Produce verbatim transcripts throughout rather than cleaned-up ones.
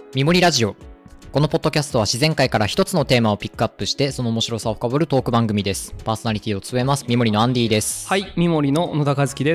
みもりラジオ。このポッドキャストは自然界から一つのテーマをピックアップしてその面白さを深掘るトーク番組です。パーソナリティを務めますみもりのアンディです。 はい、みもりの野田和樹です。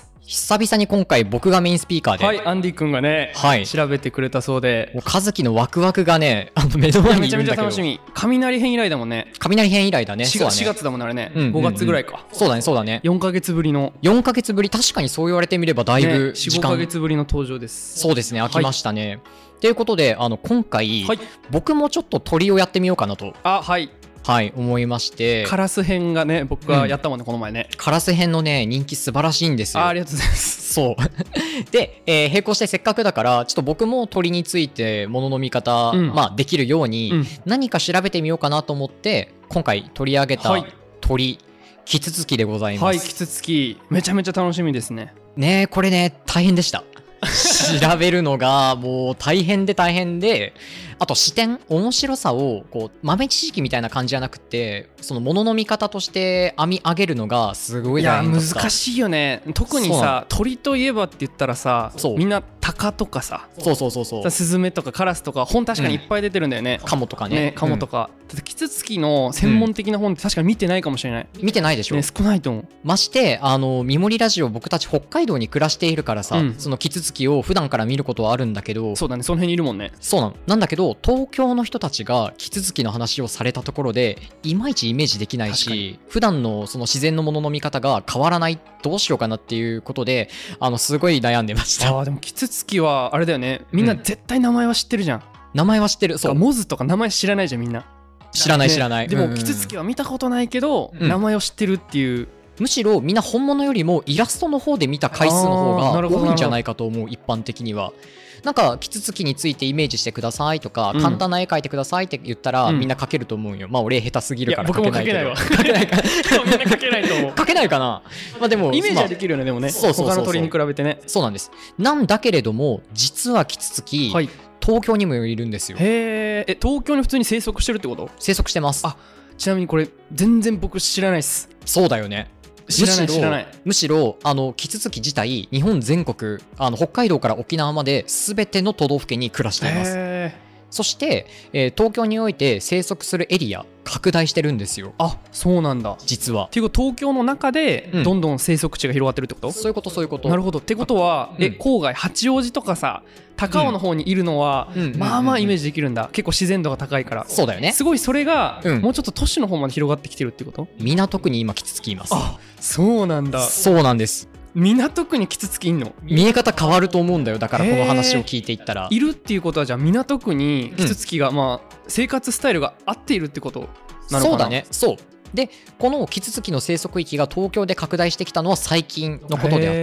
久々に今回僕がメインスピーカーで、 はい、アンディ君がね、はい、調べてくれたそうで、 もう和樹のワクワクがね、あの目の前にいるんだけど、 めちゃめちゃ楽しみ。雷編以来だもんね。 雷編以来だね。 しがつ、しがつだもんね、あれね、うんうんうん、ごがつぐらいか。 そうだねそうだね。 よんかげつぶりのよんかげつぶり、確かにそう言われてみればだいぶ時間、 ね、よん、ごかげつぶりの登場です。 そうですね、飽きましたね。はい、ということで、あの今回、はい、僕もちょっと鳥をやってみようかなと。 あ、はいはい、思いまして、 カラス編がね、僕がやったもんね、うん、この前ね。 カラス編のね、人気素晴らしいんですよ。 あ, ありがとうございます。 そうで、えー、並行してせっかくだからちょっと僕も鳥についてものの見方、うん、まあ、できるように、うん、何か調べてみようかなと思って今回取り上げた鳥、はい、キツツキでございます。 はい、キツツキめちゃめちゃ楽しみですね。 ねえ、これね大変でした調べるのがもう大変で大変で、あと視点、面白さをこう豆知識みたいな感じじゃなくて、そのものの見方として編み上げるのがすごい大変だった。 いや難しいよね。特にさ、鳥といえばって言ったらさ、みんなタカとかさ、 そうそうそうそう、 スズメとかカラスとか本確かにいっぱい出てるんだよね。 カモとかね、 ね、カモとか、うん、キツツキの専門的な本って確かに見てないかもしれない。 見てないでしょ、 ね、少ないと思う。 ましてあのみもりラジオ、僕たち北海道に暮らしているからさ、うん、そのキツツキを普段から見ることはあるんだけど、 そうだね、その辺にいるもんね。 そうなの。なんだけど東京の人たちがキツツキの話をされたところでいまいちイメージできないし、普段のその自然のものの見方が変わらない、どうしようかなっていうことで、あのすごい悩んでました。 あ、でもキツツキはあれだよね、みんな絶対名前は知ってるじゃん、うん、 名前は知ってる。そう、 モズとか名前知らないじゃんみんな。 知らない知らない、 ね、でも、うん、キツツキは見たことないけど、うん、名前を知ってるっていう。 むしろみんな本物よりもイラストの方で見た回数の方が多いんじゃないかと思う。一般的にはなんかキツツキについてイメージしてくださいとか、うん、簡単な絵描いてくださいって言ったら、うん、みんな描けると思うよ。まあ俺下手すぎるから描けないけど。いや僕も描けないわ。描けないかみんな描けないと思う。 描けないかな。まあでもイメージはできるよね、でもね。そうそうそうそう、他の鳥に比べてね。 そうなんです。なんだけれども実はキツツキ、はい、東京にもいるんですよ。 へえ、東京に普通に生息してるってこと？ 生息してます。 あ、ちなみにこれ全然僕知らないっす。 そうだよね。 知らない知らない。 むしろあのキツツキ自体日本全国、あの北海道から沖縄まで全ての都道府県に暮らしています。そして、えー、東京において生息するエリア拡大してるんですよ。 あ、そうなんだ。 実はっていうか東京の中でどんどん生息地が広がってるってこと？うん、 そういうことそういうこと。 なるほど。ってことは、うん、え郊外八王子とかさ高尾の方にいるのは、うん、まあまあイメージできるんだ。結構自然度が高いから。 そうだよね。 すごいそれが、うん、もうちょっと都市の方まで広がってきてるってこと？ 港区に今キツツキいます。 あ、そうなんだ。 そうなんです。 港区にキツツキいんの？ 見え方変わると思うんだよ。だからこの話を聞いていったらいるっていうことは、じゃあ港区にキツツキが、うん、まあ生活スタイルが合っているってことなのかな？ そうだね。そうで、このキツツキの生息域が東京で拡大してきたのは最近のことであって、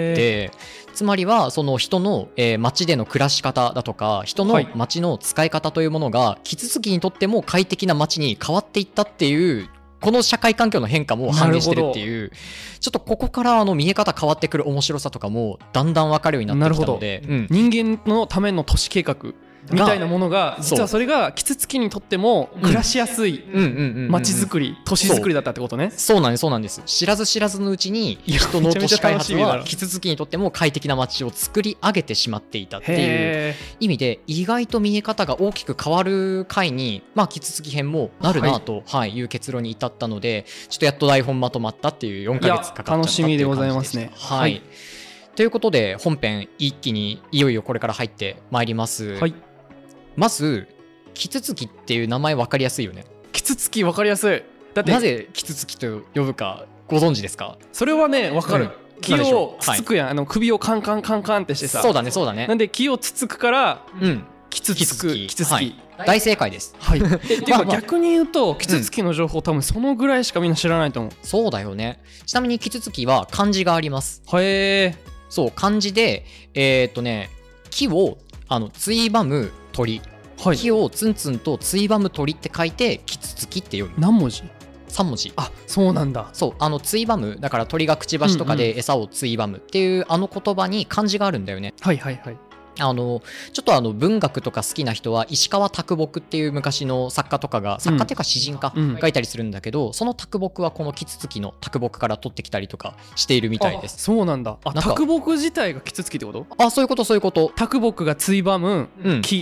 つまりはその人の、えー、街での暮らし方だとか人の街の使い方というものがキツツキにとっても快適な街に変わっていったっていう、この社会環境の変化も反映してるっていう、ちょっとここからあの見え方変わってくる面白さとかもだんだん分かるようになってきたので、 うん、人間のための都市計画みたいなものが、実はそれがキツツキにとっても暮らしやすい街づくり、都市づくりだったってことね。 そうなんです、そうなんです。知らず知らずのうちに人の都市開発はキツツキにとっても快適な街を作り上げてしまっていたっていう意味で、意外と見え方が大きく変わる回に、まあキツツキ編もなるなと、はいはい、いう結論に至ったので、ちょっとやっと台本まとまったっていうよんかげつかかっちゃったっていう感じでした。 楽しみでございますね。 はい、はい、ということで本編一気にいよいよこれから入ってまいります。はい、まずキツツキっていう名前分かりやすいよね。 キツツキ分かりやすい。 だってなぜキツツキと呼ぶかご存知ですか？ それはね分かる、うん、木をつつくやん、はい、あの首をカンカンカンカンってしてさ。 そうだねそうだね。 なんで木をつつくから、うん、キツツキキツツキ、 はい、大正解です。 はい。ていうか逆に言うとキツツキの情報、うん、多分そのぐらいしかみんな知らないと思う。 そうだよね。ちなみにキツツキは漢字があります。 へえ。 そう、漢字でえー、っとね木をあのついばむ鳥、はい、木をツンツンとついばむ鳥って書いてキツツキって読む。 何文字？ さん文字。 あ、そうなんだ。 そう、あのついばむだから鳥がくちばしとかで餌をついばむっていう、うんうん、あの言葉に漢字があるんだよね。 はいはいはい。 あのちょっとあの文学とか好きな人は石川啄木っていう昔の作家とかが、作家っていうか詩人か、うん、書いたりするんだけど、その啄木はこのキツツキの啄木から取ってきたりとかしているみたいです。 そうなんだ。あ、啄木自体がキツツキってこと？ あ、そういうことそういうこと。 啄木がついばむ木、うん、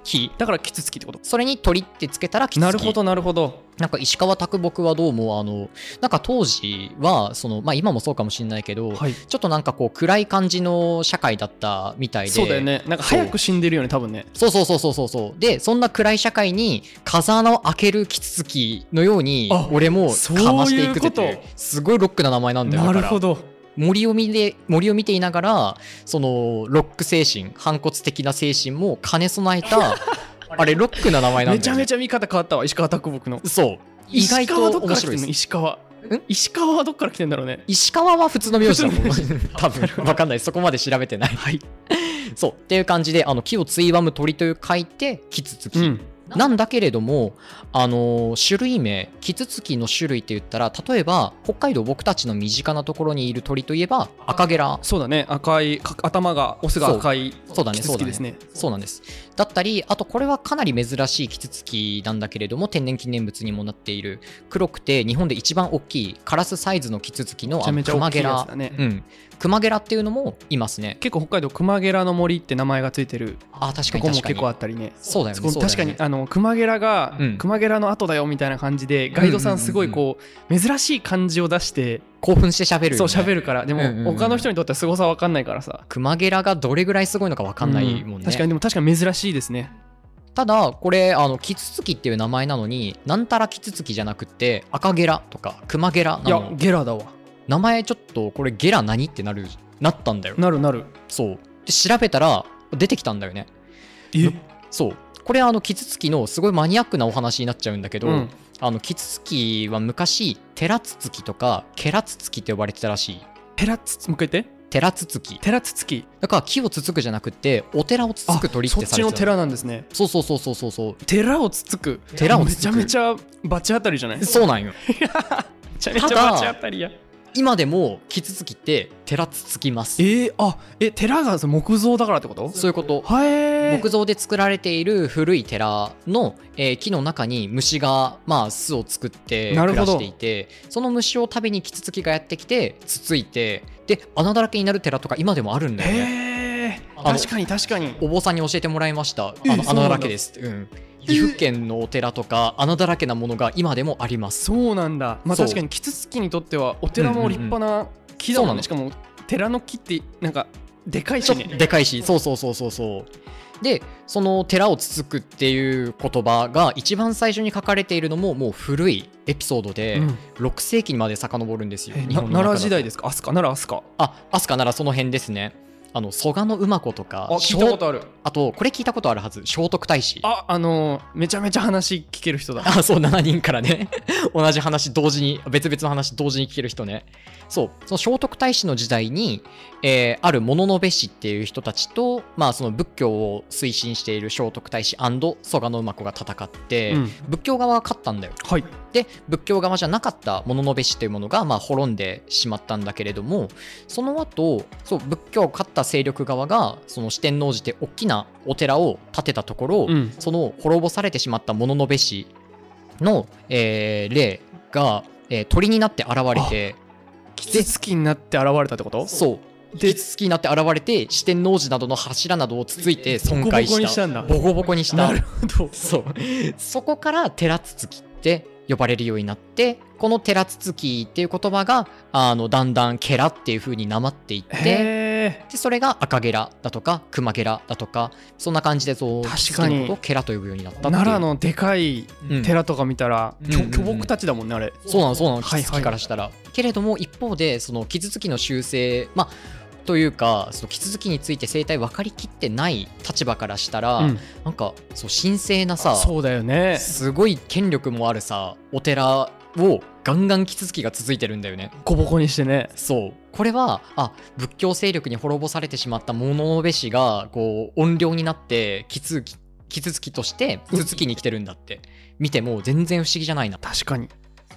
木だからキツツキってこと。 それに鳥ってつけたらキツツキ。 なるほどなるほど。 なんか石川啄木はどうもあのなんか当時はそのまあ今もそうかもしれないけど、はい、ちょっとなんかこう暗い感じの社会だったみたいで。 そうだよね。なんか早く死んでるよね多分ね。 そうそうそうそうそうそうでそんな暗い社会に風穴を開けるキツツキのように俺もかましていくって、すごいロックな名前なんだよ。 なるほど。 森を見て森を見ていながらそのロック精神反骨的な精神も兼ね備えたあれロックな名前なんだよね。 めちゃめちゃ見方変わったわ石川啄木の。 そう意外と面白いです。 石川石川はどっから来てんだろうね。 石川は普通の名字だもん多分分かんない、そこまで調べてない。はいそうっていう感じであの木をついばむ鳥という書いてキツツキ、うんなんだけれども、あのー、種類名キツツキの種類って言ったら例えば北海道僕たちの身近なところにいる鳥といえばアカゲラ。 そうだね赤い頭がオスが赤いキツツキですね。 そうなんです。だったりあとこれはかなり珍しいキツツキなんだけれども天然記念物にもなっている黒くて日本で一番大きいカラスサイズのキツツキのクマゲラ。うんクマゲラっていうのもいますね。 結構北海道クマゲラの森って名前がついてるあ確かに確かにとこも結構あったりね。 そうだよね。 確かにあのクマゲラが、うん、クマゲラの後だよみたいな感じでガイドさんすごいこう珍しい漢字を出して興奮して喋るよね。 そう喋るからでも、うんうんうん、他の人にとってはすごさ分かんないからさクマゲラがどれぐらいすごいのか分かんないもんね、うん、 確かにでも確かに珍しいですね。 ただこれあのキツツキっていう名前なのになんたらキツツキじゃなくって赤ゲラとかクマゲラなの。 いやゲラだわ名前ちょっとこれゲラ何ってなるなったんだよ。 なるなる。 そうで調べたら出てきたんだよね。 えそうこれあのキツツキのすごいマニアックなお話になっちゃうんだけど、うん、あのキツツキは昔テラツツキとかケラツツキって呼ばれてたらしい。 テラツツもう一回言って。 テラツツキ。 テラツツキだから木をつつくじゃなくてお寺をつつく鳥ってされてた。 そっちの寺なんですね。 そうそうそうそうそうそう寺をつつく寺をつつくめちゃめちゃバチ当たりじゃない。 そうなんよめちゃめちゃバチ当たりや。 今でもキツツキって寺つつきます。 えー、あえ寺が木造だからってこと。 そういうこと。 へ木造で作られている古い寺の、えー、木の中に虫が、まあ、巣を作って暮らしていてその虫を食べにキツツキがやってきてつついてで穴だらけになる寺とか今でもあるんだよね。 へー確かに確かにお坊さんに教えてもらいました。あの穴だらけですって、うん、岐阜県のお寺とか穴だらけなものが今でもあります。 そうなんだ。まあ確かにキツツキにとってはお寺も立派な木だもんね。しかも寺の木ってなんかでかいしね。 でかいしそうそうそうそうそうでその寺をつつくっていう言葉が一番最初に書かれているのももう古いエピソードで、うん、ろくせいきまで遡るんですよ。 日本の奈良時代ですか。飛鳥奈良飛鳥あ飛鳥奈良その辺ですね。あの蘇我馬子とかあ聞いたことある。 あとこれ聞いたことあるはず聖徳太子。 ああのー、めちゃめちゃ話聞ける人だ。 あそうしちにんからね同じ話同時に別々の話同時に聞ける人ね。そうその聖徳太子の時代に、えー、ある物部氏っていう人たちと、まあ、その仏教を推進している聖徳太子蘇我馬子が戦って、うん、仏教側が勝ったんだよ。 はい、 で仏教側じゃなかった物部氏というものが、まあ、滅んでしまったんだけれどもその後そう仏教を勝った勢力側がその四天王寺って大きなお寺を建てたところ、うん、その滅ぼされてしまった物部氏の、えー、霊が、えー、鳥になって現れてキツツキになって現れたってこと。 そうでキツツキになって現れて四天王寺などの柱などをつついて損壊した。ボコボコにしたんだ。ボコボコにした。 なるほど。 そうそこから寺つつきって呼ばれるようになってこの寺つつきっていう言葉があのだんだんケラっていう風になまっていってでそれが赤ゲラだとかクマゲラだとかそんな感じでそう確かにケラと呼ぶようになったっていう。 奈良のでかい寺とか見たら、うん、巨木たちだもんねあれ。 そうなのそうなのキツツキからしたら、はいはい、けれども一方でそのキツツキの習性まあというかそのキツツキについて生態分かりきってない立場からしたら、うん、なんかそう神聖なさそうだよねすごい権力もあるさお寺をガンガンキツツキが続いてるんだよね。 ボコボコにしてね。 そうこれはあ仏教勢力に滅ぼされてしまった物部氏がこう怨霊になってキツキツツキとしてキツツキに来てるんだって見ても全然不思議じゃないな。 確かに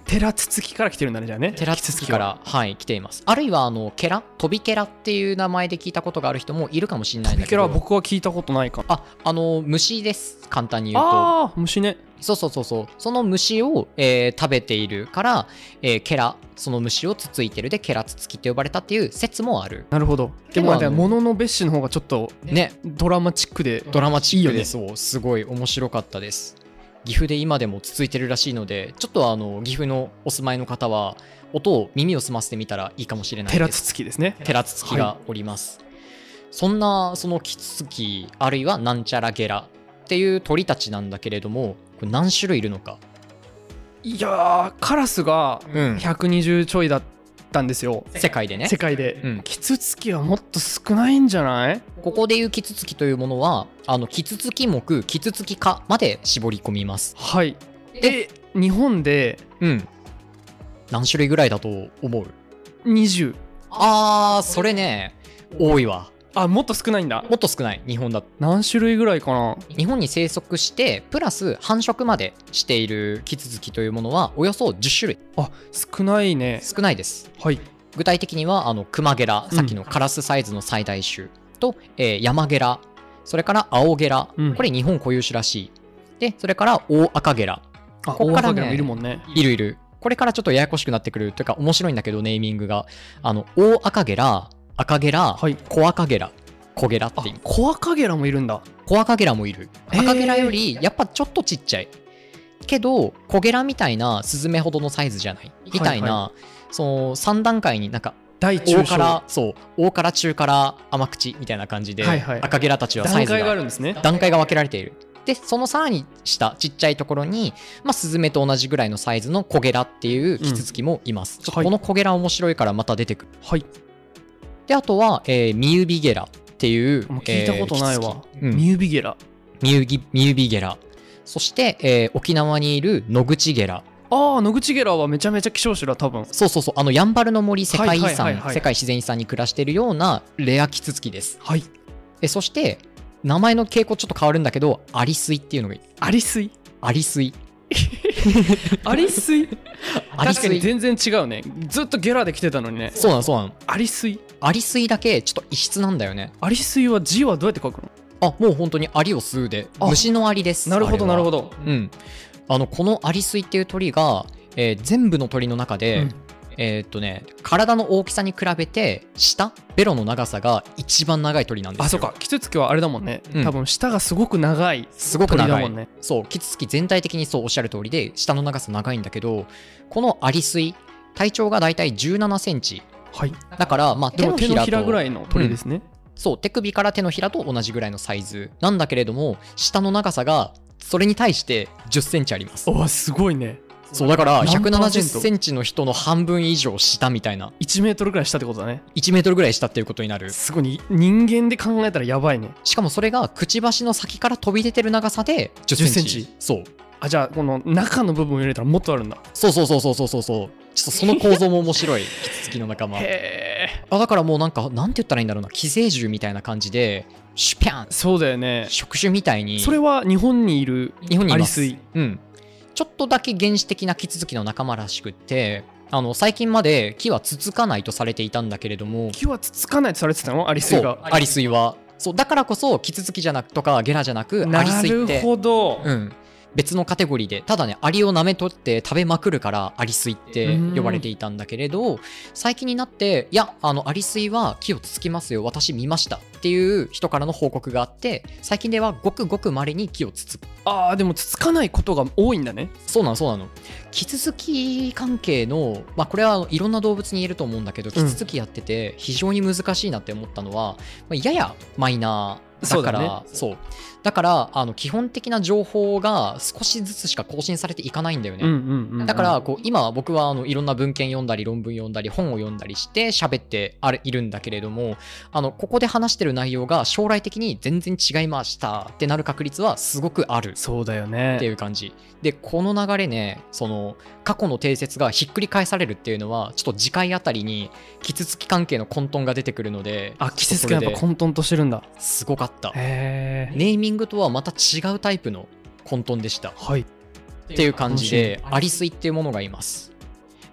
テラツツキから来てるんだね、じゃあね。 テラツツキからはい来ています。あるいはあのケラ、トビケラっていう名前で聞いたことがある人もいるかもしれないんだけど。 トビケラは僕は聞いたことないかな。 あ、あの虫です、簡単に言うと。 ああ、虫ね。 そうそうそうそう、その虫を、えー食べているから、えーケラ、その虫をつついてるでケラツツキと呼ばれたっていう説もある。 なるほど。でもね、物の別紙の方がちょっとね、 ドラマチックでドラマチックでいいよね。 そうすごい面白かったです。岐阜で今でもつついてるらしいので、ちょっとあの岐阜のお住まいの方は音を耳を澄ませてみたらいいかもしれないです。 テラツツキですね。 テラツツキがおります、はい、そんなそのキツツキあるいはなんちゃらゲラっていう鳥たちなんだけれども、これ何種類いるのか。 いやー、カラスがひゃくにじゅうちょいだったんですよ、 うん、世界でね。 世界で、 うん、 キツツキはもっと少ないんじゃない？ ここでいうキツツキというものはあのキツツキ目キツツキ科まで絞り込みます。 はい。え、日本でうん何種類ぐらいだと思う？ にじゅう。 あー、それね多いわ。 あ、もっと少ないんだ。 もっと少ない。日本だと何種類ぐらいかな。 日本に生息してプラス繁殖までしているキツツキというものはおよそじゅっ種類。 あ、少ないね。 少ないです。 はい。 具体的にはあのクマゲラ、さっきのカラスサイズの最大種と、えー、ヤマゲラ、それからアオゲラ、うん、これ日本固有種らしい。でそれからオオアカゲラ。 あ、ここからね、いるもんね。 いるいる。これからちょっとややこしくなってくるというか面白いんだけど、ネーミングがあのオオアカゲラ、アカゲラ、はい、コアカゲラ、コゲラっていう。 コアカゲラもいるんだ。 コアカゲラもいる。アカゲラよりやっぱちょっとちっちゃいけど、コゲラみたいなスズメほどのサイズじゃないみたいな、はいはい、そのさん段階になんか大中小からそう大から中から甘口みたいな感じで、はいはい、アカゲラたちはサイズが段階があるんですね。 段階が分けられている。でそのさらに下ちっちゃいところに、まあ、スズメと同じぐらいのサイズのコゲラっていうキツツキもいます、うん、ちょっとこのコゲラ面白いからまた出てくる。 はい。 であとは、えー、ミユビゲラっていうもう聞いたことないわ、 えー、 ミユビゲラミユギミユビゲラ、そして、えー、沖縄にいるノグチゲラ。 ああ、ノグチゲラはめちゃめちゃ希少種だ多分。 そうそうそう、あのやんばるの森世界遺産、はいはいはいはい、世界自然遺産に暮らしているようなレアキツツキです。 はい。 でそして名前の傾向ちょっと変わるんだけど、アリスイっていうのがいい。 アリスイアリスイアリスイ確かに全然違うね。ずっとゲラで来てたのにね。 そうなのそうなの。 アリスイアリスイだけちょっと異質なんだよね。 アリスイは字はどうやって書くの？ あ、もう本当にアリを吸うで虫のアリです。 なるほどなるほど。 うん。あのこのアリスイっていう鳥が、えー、全部の鳥の中で、うん、えー、っとね体の大きさに比べて舌ベロの長さが一番長い鳥なんですよ。 あ、そうか。キツツキはあれだもんね、うん、多分舌がすごく長いすごく長い鳥だもんね。 そう、キツツキ全体的にそうおっしゃる通りで舌の長さ長いんだけど、このアリスイ体長がだいたいじゅうななセンチ。 はい。 だからまあ手のひらと手のひらぐらいの鳥ですね、うん、 そう、手首から手のひらと同じぐらいのサイズなんだけれども、舌の長さがそれに対してじゅっセンチあります。 お、すごいね。 そうだからひゃくななじゅっセンチの人の半分以上下みたいな、 いちメートルぐらい下ってことだね。 いちメートルぐらい下っていうことになる。 すごい、人間で考えたらやばいね。 しかもそれがくちばしの先から飛び出てる長さでじゅっセンチ。そう。 あ、じゃあこの中の部分を入れたらもっとあるんだ。 そうそうそうそうそうそうそう。ちょっとその構造も面白い。キツツキの仲間。へー。あ、だからもうなんかなんて言ったらいいんだろうな、寄生獣みたいな感じでシュピャン。 そうだよね。 触手みたいに。 それは日本にいる日本にいます。 アリスイ。 うん。ちょっとだけ原始的なキツツキの仲間らしくって、あの最近まで木はつつかないとされていたんだけれども。 木はつつかないとされてたの？アリスイが。 アリスイはそうだからこそキツツキじゃなくとかゲラじゃなくアリスイって、 なるほど、 うん、別のカテゴリーで、ただねアリを舐め取って食べまくるからアリスイって呼ばれていたんだけれど、最近になっていやあのアリスイは木をつつきますよ、私見ましたっていう人からの報告があって、最近ではごくごく稀に木をつつく。 あー、でもつつかないことが多いんだね。 そうなのそうなの。キツツキ関係の、まあ、これはいろんな動物に言えると思うんだけど、キツツキやってて非常に難しいなって思ったのは、まあ、ややマイナーだから、そうだね、そうだからあの基本的な情報が少しずつしか更新されていかないんだよね、うんうんうんうん、だからこう今僕はあのいろんな文献読んだり論文読んだり本を読んだりして喋ってあるいるんだけれども、あのここで話してる内容が将来的に全然違いましたってなる確率はすごくある。 そうだよねっていう感じで、この流れね、その過去の定説がひっくり返されるっていうのはちょっと次回あたりにキツツキ関係の混沌が出てくるので、 あ、キツツキはやっぱ混沌としてるんだ。 すごかった。 へー。 ネーミングとはまた違うタイプの混沌でした。 はい。 っていう感じでアリスイっていうものがいます。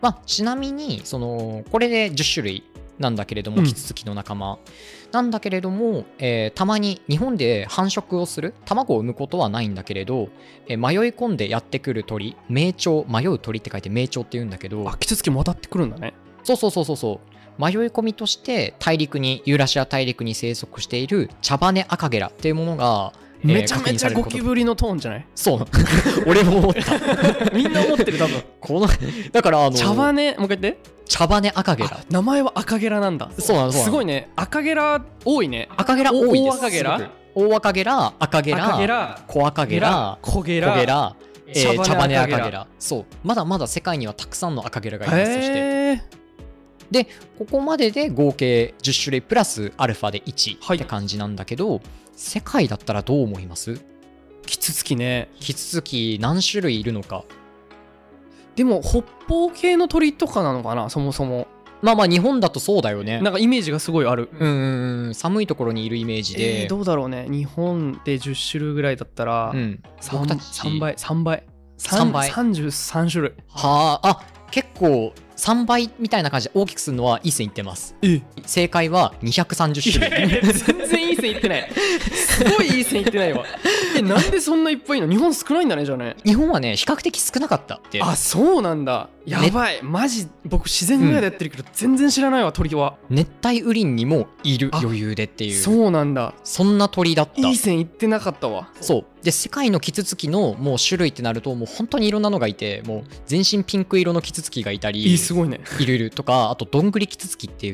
まあ、ちなみにそのこれでじゅっしゅるいなんだけれども、キツツキの仲間なんだけれども、えー、たまに日本で繁殖をする、卵を産むことはないんだけれど、えー、迷い込んでやってくる鳥、迷鳥、迷う鳥って書いて迷鳥って言うんだけど、 あ、キツツキも渡ってくるんだね。 そうそうそうそうそう、迷い込みとして大陸に、ユーラシア大陸に生息している茶羽アカゲラっていうものが、 えー、めちゃめちゃゴキブリのトーンじゃない？ そう俺も思ったみんな思ってる多分このだからあの茶羽、もう一回言って。 茶羽アカゲラ、 名前はアカゲラなんだ。 そうなの、 すごいね。アカゲラ多いね。 アカゲラ多いです。 大アカゲラ、 大アカゲラ、アカゲラ、小アカゲラ、 コゲラ、 コゲラ、えー、茶羽アカゲラ。そう、まだまだ世界にはたくさんのアカゲラがいます。そしてでここまでで合計じゅっしゅるいプラスアルファでいちって感じなんだけど、はい、世界だったらどう思います？ キツツキね。 キツツキ何種類いるのか。 でも北方系の鳥とかなのかな、そもそも。 まあまあ日本だとそうだよね。 なんかイメージがすごいある。 うんうん、寒いところにいるイメージで、 えー、どうだろうね。日本でじゅっしゅるいぐらいだったら、うん、さん, さんばいさんばいさんばいさんじゅうさんしゅるい。 はあ、あ、結構さんばいみたいな感じで大きくするのはいい線いってます。 え正解はにひゃくさんじゅっしゅるい。 いやいや全然いい線いってない。すごいいい線いってないわ。え、なんでそんないっぱいいの？日本少ないんだね、じゃあね。 日本はね比較的少なかったって。 あ、そうなんだ。やばい、マジ僕自然ぐらいでやってるけど、うん、全然知らないわ。鳥は熱帯雨林にもいる余裕でっていう。 そうなんだ。 そんな鳥だった。 いい線いってなかったわ。 そうで、世界のキツツキのもう種類ってなるともう本当にいろんなのがいて、もう全身ピンク色のキツツキがいたり、 いい、すごいね。 いるいるとか、あとどんぐりキツツキって言って、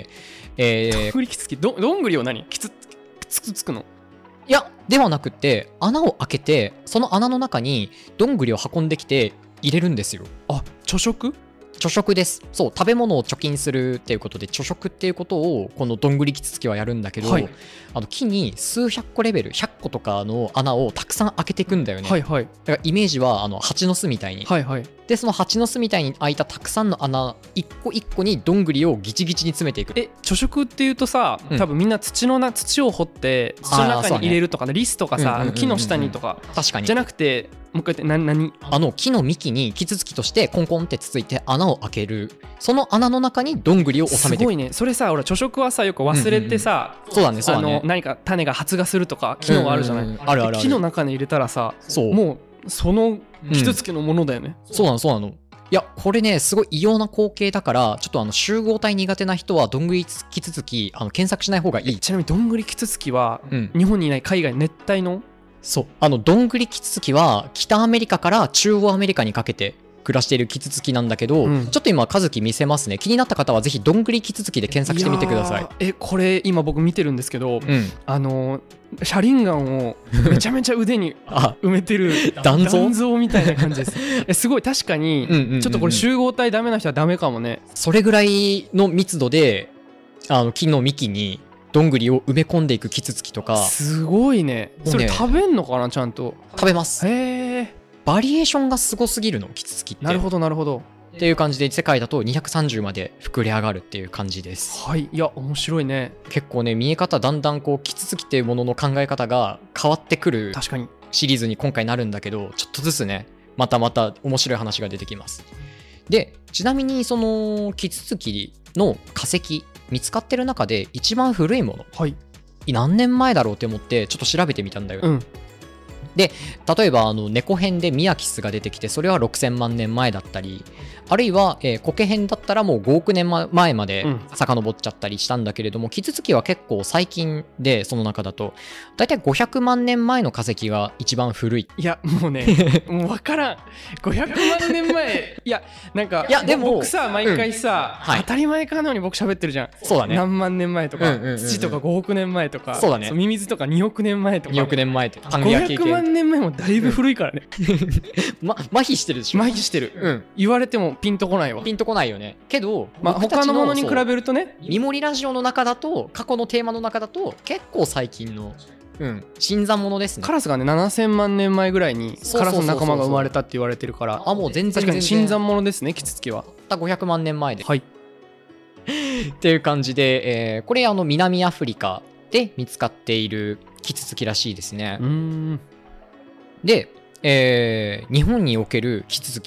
えー、どんぐりキツツキ、ど, どんぐりを何キツツキつくの？ いやではなくって穴を開けて、その穴の中にどんぐりを運んできて入れるんですよ。 あ、貯食？ 貯食です。そう、食べ物を貯金するっていうことで貯食っていうことをこのどんぐりキツツキはやるんだけど、はい、あの木に数百個レベルひゃっことかの穴をたくさん開けていくんだよね。 はいはい、 だからイメージはあの蜂の巣みたいに、 はいはい、 でその蜂の巣みたいに開いたたくさんの穴一個一個にどんぐりをギチギチに詰めていく。 え、貯食っていうとさ、多分みんな土のな土を掘って土の中に入れるとか、ね、リスとかさ、あの木の下にとか、 確かにじゃなくて、もう一回言って、何何あの木の幹にキツツキとしてコンコンってつついて穴を開ける。その穴の中にどんぐりを収めていく。 すごいね。それさ、俺貯食はさよく忘れてさ、 うんうんうん、そうだねそうだね、 あの何か種が発芽するとか機能があるじゃない、うんうんうん、 あるあるある。 木の中に入れたらさ、 そうもうそのキツツキのものだよね、 うん、そうなのそうなの。いやこれねすごい異様な光景だから、ちょっとあの集合体苦手な人はどんぐりキツツキあの検索しない方がいい。 ちなみにどんぐりキツツキは、うん、日本にいない海外熱帯の、 そう、あのどんぐりキツツキは北アメリカから中央アメリカにかけて暮らしているキツツキなんだけど、うん、ちょっと今和樹見せますね。気になった方はぜひどんぐりキツツキで検索してみてください。 え、これ今僕見てるんですけど、うん、あの車輪ガンをめちゃめちゃ腕に埋めてる断像断像みたいな感じです。え、すごい確かに、うんうんうんうん、ちょっとこれ集合体ダメな人はダメかもね。 それぐらいの密度であの木の幹にどんぐりを埋め込んでいくキツツキとか。 すごいね。それ食べんのかな、ちゃんと。 食べます。 へえ。 バリエーションがすごすぎるの、キツツキって。 なるほどなるほど。 っていう感じで世界だとにひゃくさんじゅうまで膨れ上がるっていう感じです。 はい、いや面白いね。 結構ね見え方だんだんこうキツツキっていうものの考え方が変わってくるシリーズに今回なるんだけど、ちょっとずつねまたまた面白い話が出てきます。でちなみにそのキツツキの化石見つかってる中で一番古いもの、 はい、 何年前だろうって思ってちょっと調べてみたんだよ、 うん、 で例えばあの猫編でミヤキスが出てきて、それはろくせんまんねんまえだったり、あるいは、えー、コケ編だったらもうごおくねんまえまで遡っちゃったりしたんだけれども、うん、キツツキは結構最近で、その中だとだいたいごひゃくまんねんまえの化石が一番古い。 いやもうねもう分からん。ごひゃくまんねんまえいやなんかいやでも僕さ毎回さ、うんはい、当たり前かのように僕喋ってるじゃん。 そうだね。 何万年前とか、うんうんうんうん、土とかごおくねんまえとか、 そうだね。 ミミズとかにおくねんまえとか、 におくねんまえってごひゃくまんねんまえもだいぶ古いからね、 うんま、麻痺してるでしょ。 麻痺してる、 うん、 言われてもピンとこないわ。 ピンとこないよね。けど、 まあ、他のものに比べるとね、 ミモリラジオの中だと、過去のテーマの中だと結構最近の、うん、新参者ですね。 カラスがねななせんまんねんまえぐらいにカラスの仲間が生まれたって言われてるから、 あもう全然確かに新参者ですね、キツツキは。 たったごひゃくまんねんまえで、 はい、 っていう感じで、えー、これあの南アフリカで見つかっているキツツキらしいですね。 うーんで、えー、日本におけるキツツキ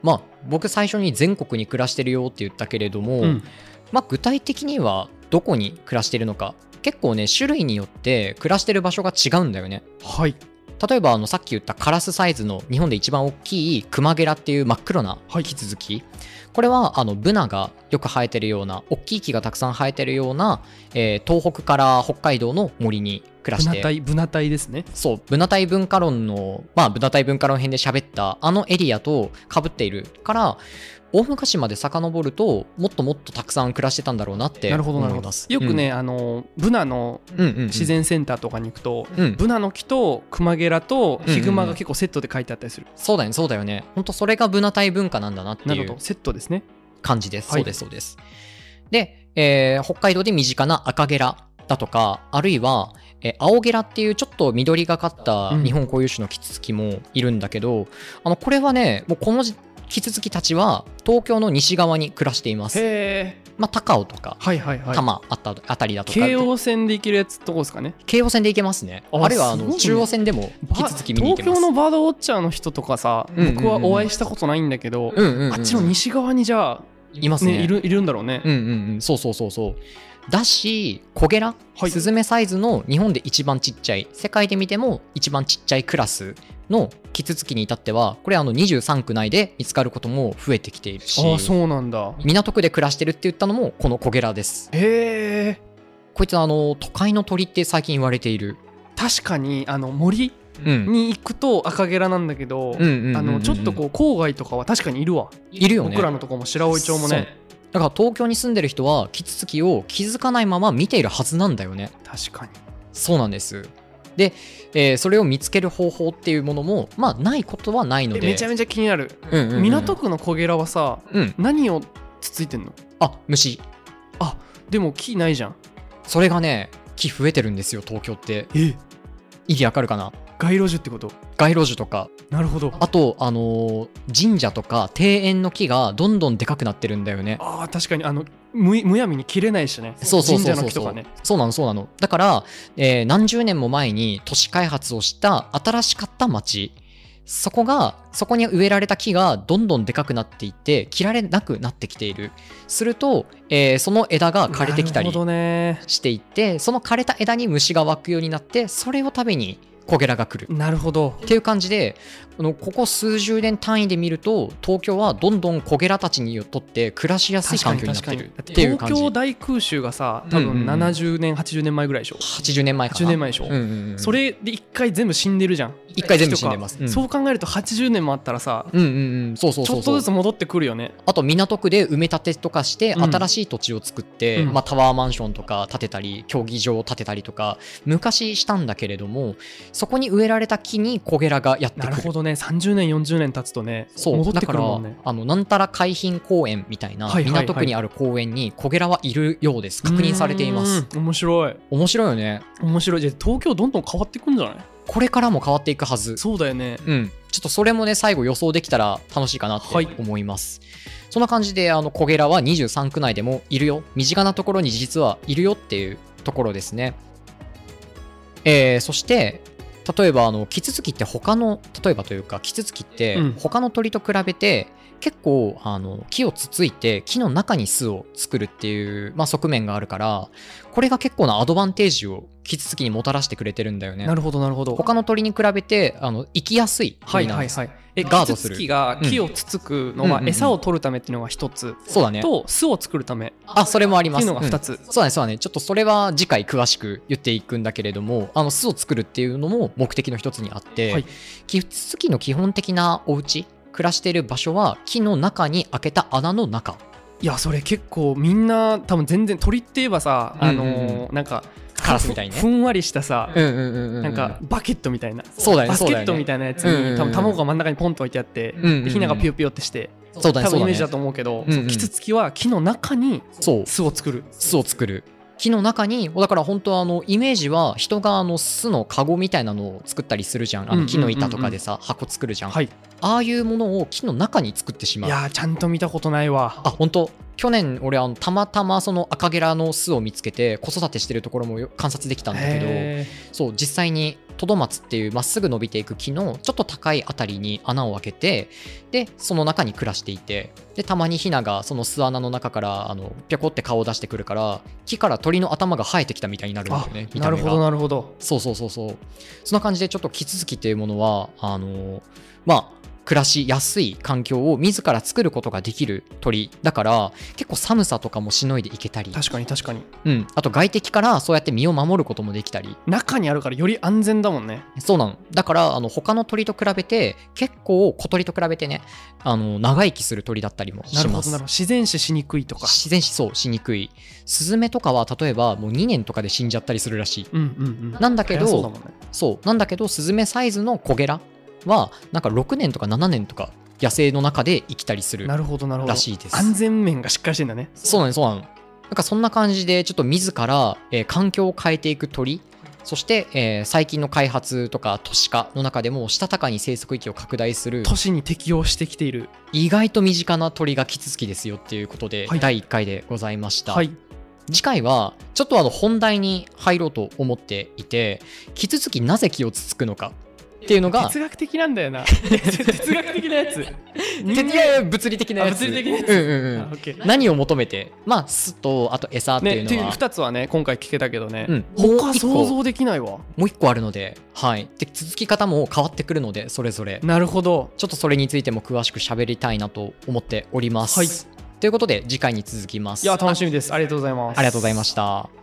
まあ僕最初に全国に暮らしてるよって言ったけれども、うん、まあ具体的にはどこに暮らしてるのか結構ね種類によって暮らしてる場所が違うんだよね。 はい。 例えばあのさっき言ったカラスサイズの日本で一番大きいクマゲラっていう真っ黒なキツツキ、はい、これはあのブナがよく生えてるような大きい木がたくさん生えてるような、えー、東北から北海道の森に暮らして、 ブナタイブナタイですね。 そう、ブナタイ文化論のまあブナタイ文化論編で喋ったあのエリアと被っているから大昔まで遡るともっともっとたくさん暮らしてたんだろうなって思います。 よくね、うん、あのブナの自然センターとかに行くと、うんうん、ブナの木とクマゲラとヒグマが結構セットで書いてあったりする、 うんうん、そうだよねそうだよね。本当それがブナタイ文化なんだなっていうなるほどセットですね感じです、はい、そうですそうです。で、えー、北海道で身近な赤ゲラだとかあるいはえ青ゲラっていうちょっと緑がかった日本固有種のキツツキもいるんだけど、うん、あのこれはねもうこのキツツキたちは東京の西側に暮らしています。 へー、 まあ、高尾とか、 はいはいはい、 多摩あったあたりだとか京王線で行けるやつとこですかね。 京王線で行けますね。 あ, あるいはあの中央線でもキツツキ見に行けます。 東京のバードウォッチャーの人とかさ、うんうんうん、僕はお会いしたことないんだけど、うんうんうんうん、あっちの西側にじゃあいますね、 ね、いるいるんだろうね。 うんうんうん、そうそうそうそうだしコゲラ、はい、スズメサイズの日本で一番ちっちゃい世界で見ても一番ちっちゃいクラスのキツツキに至ってはこれあのにじゅうさんく内で見つかることも増えてきているし、 あ、そうなんだ。 港区で暮らしてるって言ったのもこのコゲラです。 へー、 こいつはあの都会の鳥って最近言われている。 確かにあの森に行くと赤ゲラなんだけど、ちょっとこう郊外とかは確かにいるわ。 いるよね。 僕らのとこも白老町もね。 だから東京に住んでる人はキツツキを気づかないまま見ているはずなんだよね。 確かにそうなんです。で、えー、それを見つける方法っていうものもまあないことはないのでめちゃめちゃ気になる、うんうんうん、港区のコゲラはさ、うん、何をつついてんの？ あ、虫。 あ、でも木ないじゃん。 それがね木増えてるんですよ東京って。 え、 意義わかるかな？ 街路樹ってこと？ 街路樹とか。 なるほど。 あと、あのー、神社とか庭園の木がどんどんでかくなってるんだよね。 ああ、確かにあの む, むやみに切れないしね。 そうそうそうそう。 神社の木とかね。 そうなのそうなの。だから、えー、何十年も前に都市開発をした新しかった町、そこがそこに植えられた木がどんどんでかくなっていって切られなくなってきている。すると、えー、その枝が枯れてきたりしていって、その枯れた枝に虫が湧くようになってそれを食べにコゲラが来る。 なるほど。 っていう感じで、あのここ数十年単位で見ると東京はどんどんコゲラたちによって暮らしやすい環境になってるっていう感じ。 東京大空襲がさ多分ななじゅうねんはちじゅうねんまえぐらいでしょ。 はちじゅうねんまえかな。 はちじゅうねんまえでしょ、うんうんうん、それで一回全部死んでるじゃん。 一回全部死んでます、うん、 そう考えるとはちじゅうねんもあったらさ、 うんうんうん、そうそうそうそう、 ちょっとずつ戻ってくるよね。 あと港区で埋め立てとかして新しい土地を作って、うんまあ、タワーマンションとか建てたり競技場を建てたりとか昔したんだけれども、そこに植えられた木にコゲラがやってくる。 なるほどね。さんじゅうねんよんじゅうねん経つとね、そう戻ってくるもんね。 だからあのなんたら海浜公園みたいな港区にある公園にコゲラはいるようです。確認されています。 面白い面白いよね。 面白い。じゃあ東京どんどん変わっていくんじゃない？ これからも変わっていくはず。 そうだよね。 うん。ちょっとそれもね最後予想できたら楽しいかなって思います、はい、そんな感じであのコゲラはにじゅうさんく内でもいるよ、身近なところに実はいるよっていうところですね。えー、そして例えばあのキツツキって他の例えばというかキツツキって他の鳥と比べて結構あの木をつついて木の中に巣を作るっていう、まあ、側面があるから、これが結構なアドバンテージをキツツキにもたらしてくれてるんだよね。 なるほどなるほど。 他の鳥に比べてあの生きやすい鳥なんです。 はいはいはい。えガードする。キツツキが木をつつくのは餌を取るためっていうのが一つ、 そうだね。 と巣を作るため、 あ、それもあります。 っていうのが二つ、うん、 そうだねそうだね。ちょっとそれは次回詳しく言っていくんだけれども、あの巣を作るっていうのも目的の一つにあって、はい、キツツキの基本的なお家暮らしている場所は木の中に開けた穴の中。 いやそれ結構みんな多分全然鳥って言えばさ、あのーうんうん、なんかカラスみたいにねふんわりしたさ、 うんうんうんうん、 なんかバケットみたいな、 そうだね、 バスケットみたいなやつに、うんうんうん、多分卵が真ん中にポンと置いてあって、うんうんうん、でヒナがピヨピヨってして、 そうだね、 多分イメージだと思うけど、キツツキは木の中に巣を作る巣を作る木の中に、だから本当はあのイメージは人があの巣のカゴみたいなのを作ったりするじゃん。あの木の板とかでさ、うんうんうんうん、箱作るじゃん、はい、ああいうものを木の中に作ってしまう。 いやちゃんと見たことないわ。 あ、本当去年俺あのたまたまそのアカゲラの巣を見つけて子育てしてるところもよ観察できたんだけど、そう実際にトドマツっていうまっすぐ伸びていく木のちょっと高いあたりに穴を開けて、でその中に暮らしていて、でたまにヒナがその巣穴の中からあのぴょこって顔を出してくるから、木から鳥の頭が生えてきたみたいになるんだよね。見た目が。なるほどなるほど。そうそうそうそう。そんな感じでちょっとキツツキっていうものはあのまあ暮らしやすい環境を自ら作ることができる鳥だから、結構寒さとかもしのいでいけたり、 確かに確かに、 うん、あと外敵からそうやって身を守ることもできたり、 中にあるからより安全だもんね。 そうなの。だからあの他の鳥と比べて結構小鳥と比べてね、あの長生きする鳥だったりもします。 なるほどなるほど。自然死しにくいとか。 自然死そうしにくい。スズメとかは例えばもうにねんとかで死んじゃったりするらしい、うんうんうん、なんだけどそうだもんね。そうなんだけどスズメサイズのコゲラはなんかろくねんとかななねんとか野生の中で生きたりするらしいです。 安全面がしっかりしてんだね。 そうなのそうなの。なんかそんな感じでちょっと自ら、えー、環境を変えていく鳥、そして、えー、最近の開発とか都市化の中でもしたたかに生息域を拡大する都市に適応してきている意外と身近な鳥がキツツキですよっていうことで、はい、だいいっかいでございました、はい、次回はちょっとあの本題に入ろうと思っていて、キツツキなぜ気をつつくのかっていうのが哲学的なんだよな哲学的なやついやいや物理的なやつ、 物理的なやつ、 うんうんうん、何を求めて、まあ巣とあと餌っていうのは、ね、っていうふたつはね今回聞けたけどね、うん、他想像できないわ。 もういっこあるので、はい、で続き方も変わってくるのでそれぞれ。 なるほど。 ちょっとそれについても詳しく喋りたいなと思っております、はい、ということで次回に続きます。 いや楽しみです。ありがとうございます。 ありがとうございました。